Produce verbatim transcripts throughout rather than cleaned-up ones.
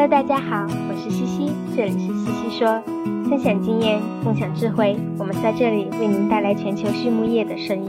Hello， 大家好，我是西西，这里是西西说，分享经验，共享智慧，我们在这里为您带来全球畜牧业的声音。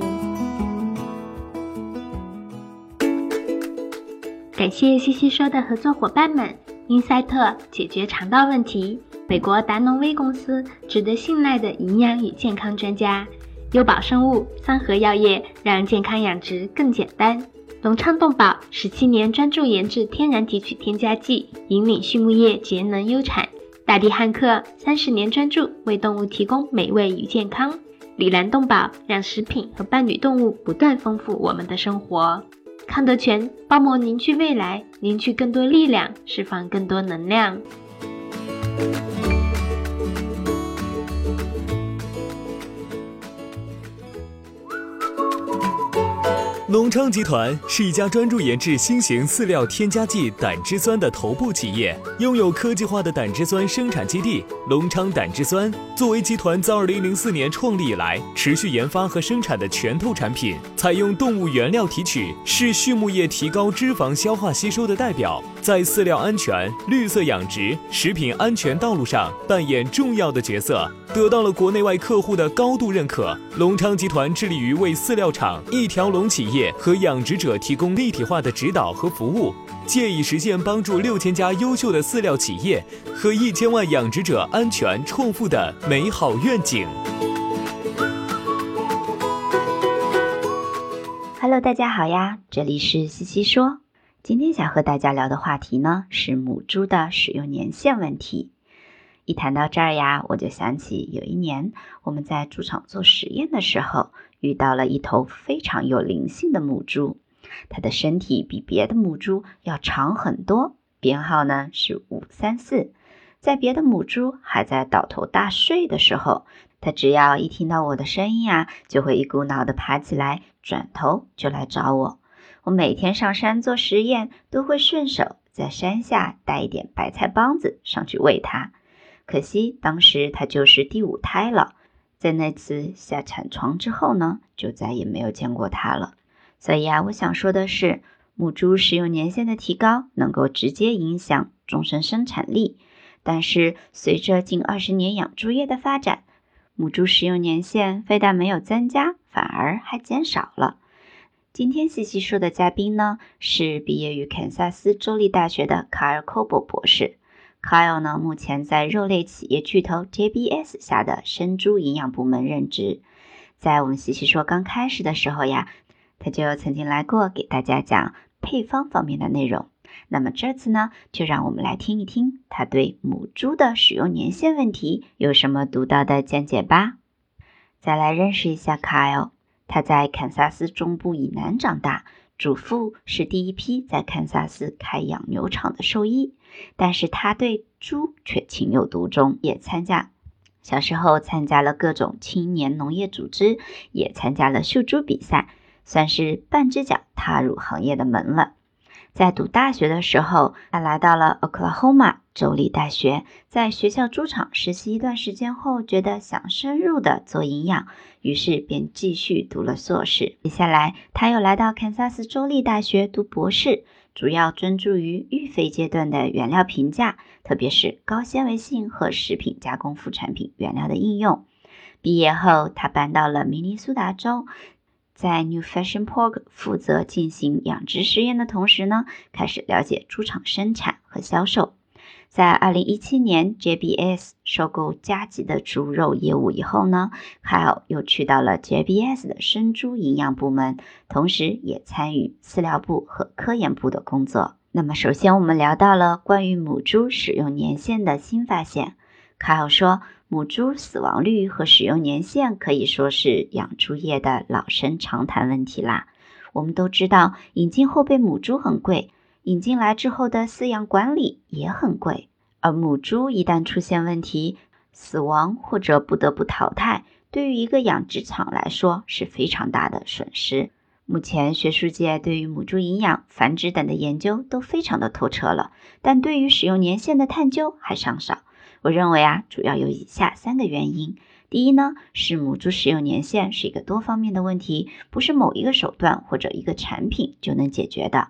感谢西西说的合作伙伴们，英赛特解决肠道问题，美国达农威公司值得信赖的营养与健康专家，优宝生物、三和药业让健康养殖更简单。隆昌动宝十七年专注研制天然提取添加剂，引领畜牧业节能优产。大地汉克三十年专注为动物提供美味与健康。里兰动宝让食品和伴侣动物不断丰富我们的生活。康德全包膜凝聚未来，凝聚更多力量，释放更多能量。 隆昌集团是一家专注研制新型饲料添加剂胆汁酸的头部企业，拥有科技化的胆汁酸生产基地隆昌胆汁酸。作为集团自二零零四年创立以来持续研发和生产的拳头产品，采用动物原料提取，是畜牧业提高脂肪消化吸收的代表，在饲料安全、绿色养殖、食品安全道路上扮演重要的角色，得到了国内外客户的高度认可。隆昌集团致力于为饲料厂、一条龙企业和养殖者提供立体化的指导和服务，借以实现帮助六千家优秀的饲料企业和一千万养殖者安全创富的美好愿景。 Hello， 大家好呀，这里是西西说。今天想和大家聊的话题呢，是母猪的使用年限问题。一谈到这儿呀，我就想起有一年我们在猪场做实验的时候，遇到了一头非常有灵性的母猪，它的身体比别的母猪要长很多，编号呢是五三四。在别的母猪还在倒头大睡的时候，它只要一听到我的声音啊，就会一股脑的爬起来，转头就来找我。我每天上山做实验，都会顺手在山下带一点白菜帮子上去喂它。可惜当时它就是第五胎了，在那次下产床之后呢，就再也没有见过它了。所以啊，我想说的是，母猪食用年限的提高能够直接影响终身生产力，但是随着近二十年养猪业的发展，母猪食用年限非但没有增加，反而还减少了。今天西西说的嘉宾呢，是毕业于堪萨斯州立大学的卡尔·科博博士。Kyle 呢，目前在肉类企业巨头 J B S 下的生猪营养部门任职。在我们西西说刚开始的时候呀，他就曾经来过给大家讲配方方面的内容。那么这次呢，就让我们来听一听他对母猪的使用年限问题有什么独到的见解吧。再来认识一下 Kyle， 他在堪萨斯中部以南长大，祖父是第一批在堪萨斯开养牛场的兽医，但是他对猪却情有独钟，也参加小时候参加了各种青年农业组织，也参加了秀猪比赛，算是半只脚踏入行业的门了。在读大学的时候，他来到了 Oklahoma 州立大学，在学校猪场实习一段时间后，觉得想深入的做营养，于是便继续读了硕士。接下来他又来到堪萨斯州立大学读博士，主要专注于育肥阶段的原料评价，特别是高纤维性和食品加工副产品原料的应用。毕业后他搬到了明尼苏达州，在 New Fashion Pork 负责进行养殖实验的同时呢，开始了解猪场生产和销售。在二零一七年 J B S 收购加吉的猪肉业务以后呢， Kyle 又去到了 J B S 的生猪营养部门，同时也参与饲料部和科研部的工作。那么首先我们聊到了关于母猪使用年限的新发现。 Kyle 说，母猪死亡率和使用年限可以说是养猪业的老生常谈问题啦。我们都知道引进后备母猪很贵，引进来之后的饲养管理也很贵，而母猪一旦出现问题，死亡或者不得不淘汰，对于一个养殖场来说是非常大的损失。目前学术界对于母猪营养、繁殖等的研究都非常的透彻了，但对于使用年限的探究还尚少。我认为啊，主要有以下三个原因。第一呢，是母猪使用年限是一个多方面的问题，不是某一个手段或者一个产品就能解决的。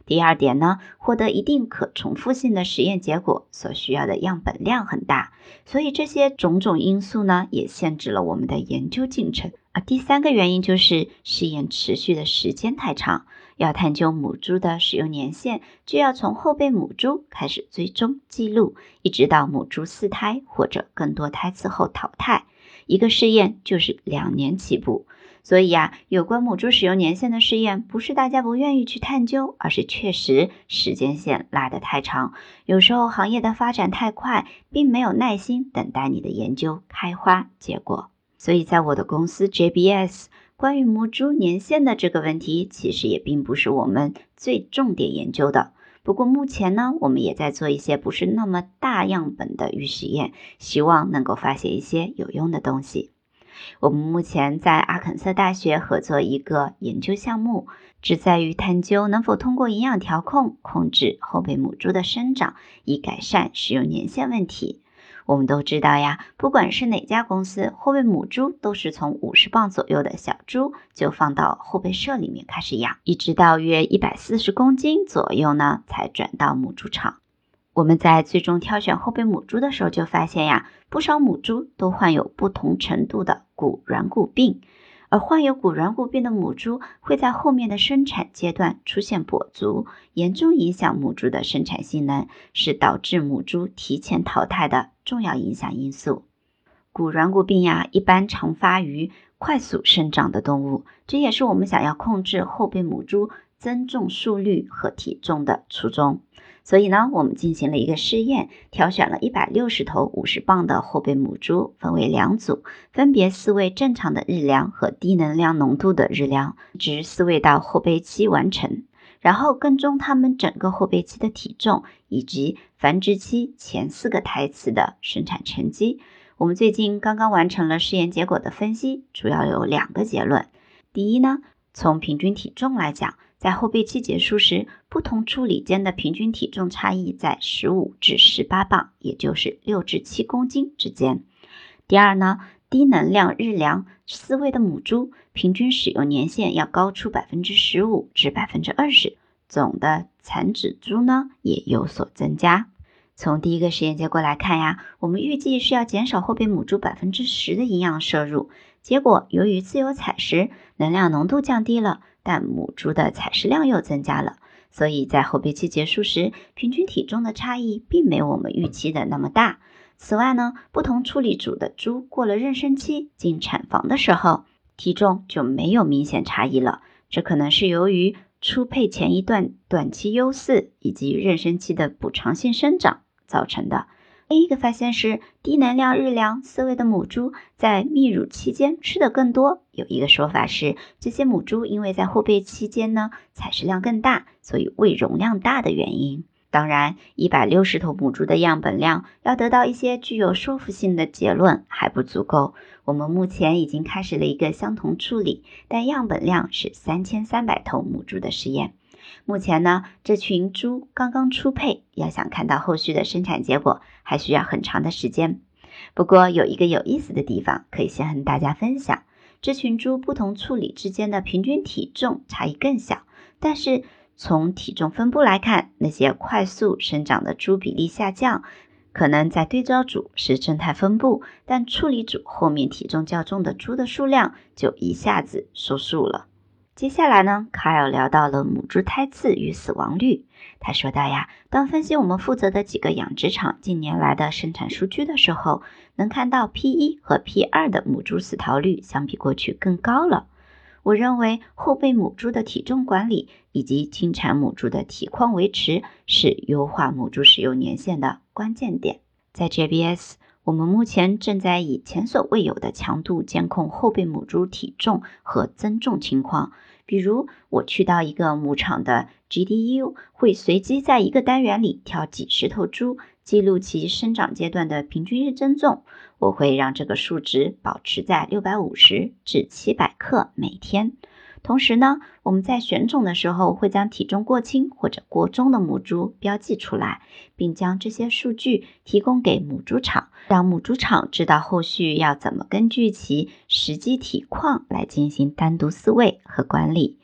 第二点呢，获得一定可重复性的实验结果所需要的样本量很大，所以这些种种因素呢，也限制了我们的研究进程。而第三个原因就是试验持续的时间太长，要探究母猪的使用年限，就要从后备母猪开始追踪记录，一直到母猪四胎或者更多胎次后淘汰，一个试验就是两年起步。所以啊，有关母猪使用年限的试验，不是大家不愿意去探究，而是确实时间线拉得太长。有时候行业的发展太快，并没有耐心等待你的研究开花结果。所以在我的公司 J B S， 关于母猪年限的这个问题，其实也并不是我们最重点研究的。不过目前呢，我们也在做一些不是那么大样本的预实验，希望能够发现一些有用的东西。我们目前在阿肯色大学合作一个研究项目，旨在于探究能否通过营养调控控制后备母猪的生长，以改善使用年限问题。我们都知道呀，不管是哪家公司，后备母猪都是从五十磅左右的小猪就放到后备舍里面开始养，一直到约一百四十公斤左右呢，才转到母猪场。我们在最终挑选后备母猪的时候就发现呀，不少母猪都患有不同程度的骨软骨病，而患有骨软骨病的母猪会在后面的生产阶段出现跛足，严重影响母猪的生产性能，是导致母猪提前淘汰的重要影响因素。骨软骨病呀，一般常发于快速生长的动物，这也是我们想要控制后备母猪增重数率和体重的初衷。所以呢，我们进行了一个试验，挑选了一百六十头五十磅的后备母猪，分为两组，分别饲喂正常的日粮和低能量浓度的日粮，直饲喂到后备期完成，然后跟踪它们整个后备期的体重以及繁殖期前四个胎次的生产成绩。我们最近刚刚完成了试验结果的分析，主要有两个结论。第一呢，从平均体重来讲，在后备期结束时，不同处理间的平均体重差异在十五至十八磅，也就是六至七公斤之间。第二呢，低能量日粮饲喂的母猪平均使用年限要高出 百分之十五 至 百分之二十， 总的产脂猪呢也有所增加。从第一个实验结果来看呀，我们预计是要减少后备母猪 百分之十 的营养摄入，结果由于自由采食，能量浓度降低了，但母猪的采食量又增加了，所以在后备期结束时，平均体重的差异并没有我们预期的那么大。此外呢，不同处理组的猪过了妊娠期进产房的时候，体重就没有明显差异了，这可能是由于初配前一段短期优饲以及妊娠期的补偿性生长造成的。另一个发现是，低能量日粮饲喂的母猪在泌乳期间吃的更多。有一个说法是，这些母猪因为在后备期间呢，采食量更大，所以胃容量大的原因。当然，一百六十头母猪的样本量要得到一些具有说服性的结论还不足够。我们目前已经开始了一个相同处理，但样本量是三千三百头母猪的实验。目前呢，这群猪刚刚初配，要想看到后续的生产结果，还需要很长的时间。不过有一个有意思的地方，可以先和大家分享。这群猪不同处理之间的平均体重差异更小，但是从体重分布来看，那些快速生长的猪比例下降，可能在对照组是正态分布，但处理组后面体重较重的猪的数量就一下子收束了。接下来呢，卡尔聊到了母猪胎次与死亡率。他说到呀，当分析我们负责的几个养殖场近年来的生产数据的时候，能看到 P 一 和 P 二 的母猪死逃率相比过去更高了。我认为后备母猪的体重管理以及经产母猪的体况维持是优化母猪使用年限的关键点。在 J B S，我们目前正在以前所未有的强度监控后备母猪体重和增重情况。比如我去到一个牧场的 G D U， 会随机在一个单元里挑几十头猪，记录其生长阶段的平均日增重。我会让这个数值保持在六百五十至七百克每天。同时呢，我们在选种的时候会将体重过轻或者过重的母猪标记出来，并将这些数据提供给母猪场，让母猪场知道后续要怎么根据其实际体况来进行单独饲喂和管理。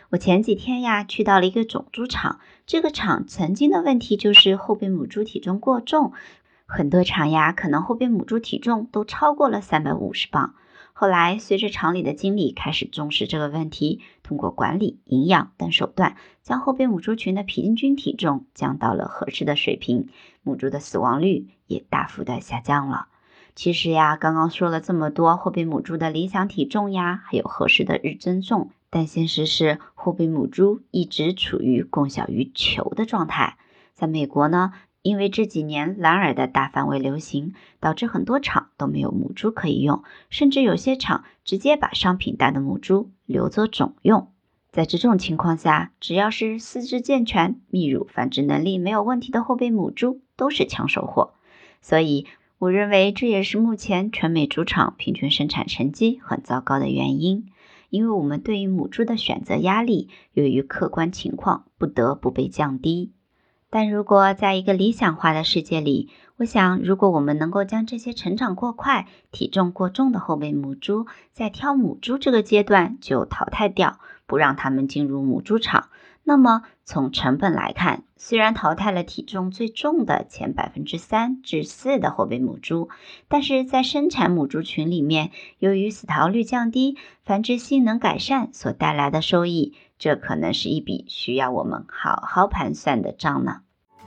我前几天呀去到了一个种猪场，这个场曾经的问题就是后备母猪体重过重，很多场呀可能后备母猪体重都超过了三百五十磅。后来随着厂里的经理开始重视这个问题，通过管理、营养等手段，将后备母猪群的平均体重降到了合适的水平，母猪的死亡率也大幅的下降了。其实呀，刚刚说了这么多后备母猪的理想体重呀，还有合适的日增重，但现实是后备母猪一直处于供小于求的状态。在美国呢，因为这几年蓝耳的大范围流行，导致很多厂都没有母猪可以用，甚至有些厂直接把商品袋的母猪留作种用。在这种情况下，只要是四肢健全、泌乳繁殖能力没有问题的后备母猪都是抢手货。所以我认为这也是目前全美猪场平均生产成绩很糟糕的原因，因为我们对于母猪的选择压力由于客观情况不得不被降低。但如果在一个理想化的世界里，我想如果我们能够将这些成长过快、体重过重的后备母猪在挑母猪这个阶段就淘汰掉，不让它们进入母猪场，那么从成本来看，虽然淘汰了体重最重的前 百分之三至百分之四 的后备母猪，但是在生产母猪群里面，由于死逃率降低、繁殖性能改善所带来的收益，这可能是一笔需要我们好好盘算的账呢。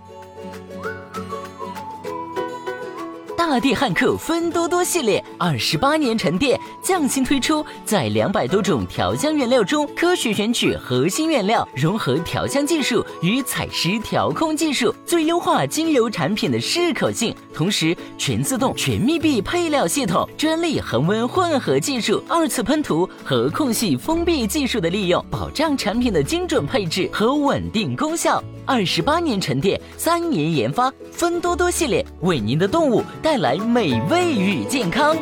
大地汉克芬多多系列二十八年沉淀，匠心推出，在两百多种调香原料中科学选取核心原料，融合调香技术与采湿调控技术，最优化精油产品的适口性，同时全自动全密闭配料系统，专利恒温混合技术，二次喷涂和空隙封闭技术的利用，保障产品的精准配置和稳定功效。二十八年沉淀，三年研发，芬多多系列为您的动物带来美味与健康。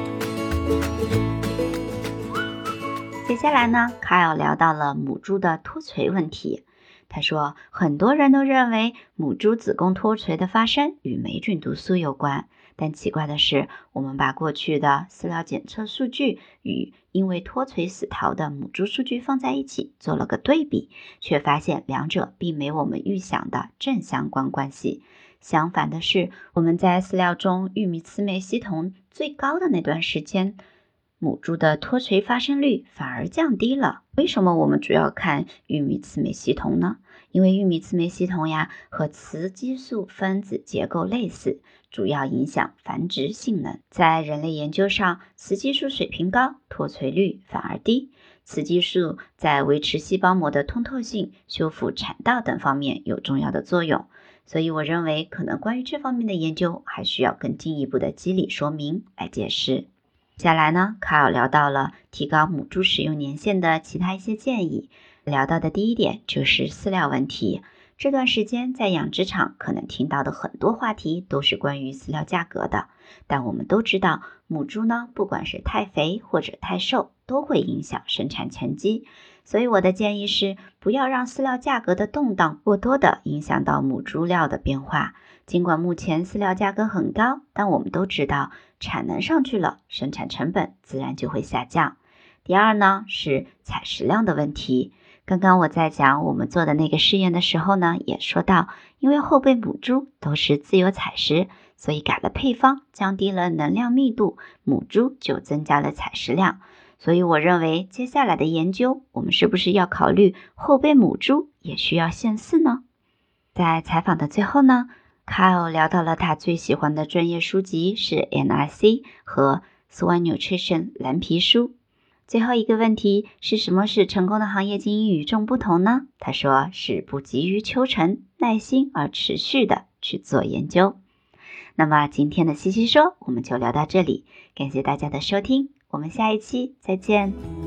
接下来呢，卡尔聊到了母猪的脱垂问题。他说，很多人都认为母猪子宫脱垂的发生与霉菌毒素有关，但奇怪的是，我们把过去的饲料检测数据与因为脱垂死逃的母猪数据放在一起做了个对比，却发现两者并没我们预想的正相关关系。相反的是，我们在饲料中玉米雌酶系统最高的那段时间，母猪的脱垂发生率反而降低了。为什么我们主要看玉米雌酶系统呢？因为玉米雌酶系统呀和雌激素分子结构类似，主要影响繁殖性能。在人类研究上，雌激素水平高，脱垂率反而低。雌激素在维持细胞膜的通透性、修复产道等方面有重要的作用。所以我认为可能关于这方面的研究还需要更进一步的机理说明来解释。接下来呢，卡尔聊到了提高母猪使用年限的其他一些建议。聊到的第一点就是饲料问题。这段时间在养殖场可能听到的很多话题都是关于饲料价格的，但我们都知道母猪呢，不管是太肥或者太瘦，都会影响生产成绩。所以我的建议是，不要让饲料价格的动荡过多的影响到母猪料的变化。尽管目前饲料价格很高，但我们都知道产能上去了，生产成本自然就会下降。第二呢，是采食量的问题。刚刚我在讲我们做的那个试验的时候呢，也说到，因为后备母猪都是自由采食，所以改了配方，降低了能量密度，母猪就增加了采食量。所以我认为接下来的研究，我们是不是要考虑后备母猪也需要限饲呢？在采访的最后呢，卡尔聊到了他最喜欢的专业书籍是 N R C 和 Swan Nutrition 蓝皮书。最后一个问题是，什么使成功的行业经营与众不同呢？他说是不急于求成，耐心而持续的去做研究。那么今天的西西说我们就聊到这里，感谢大家的收听，我们下一期再见。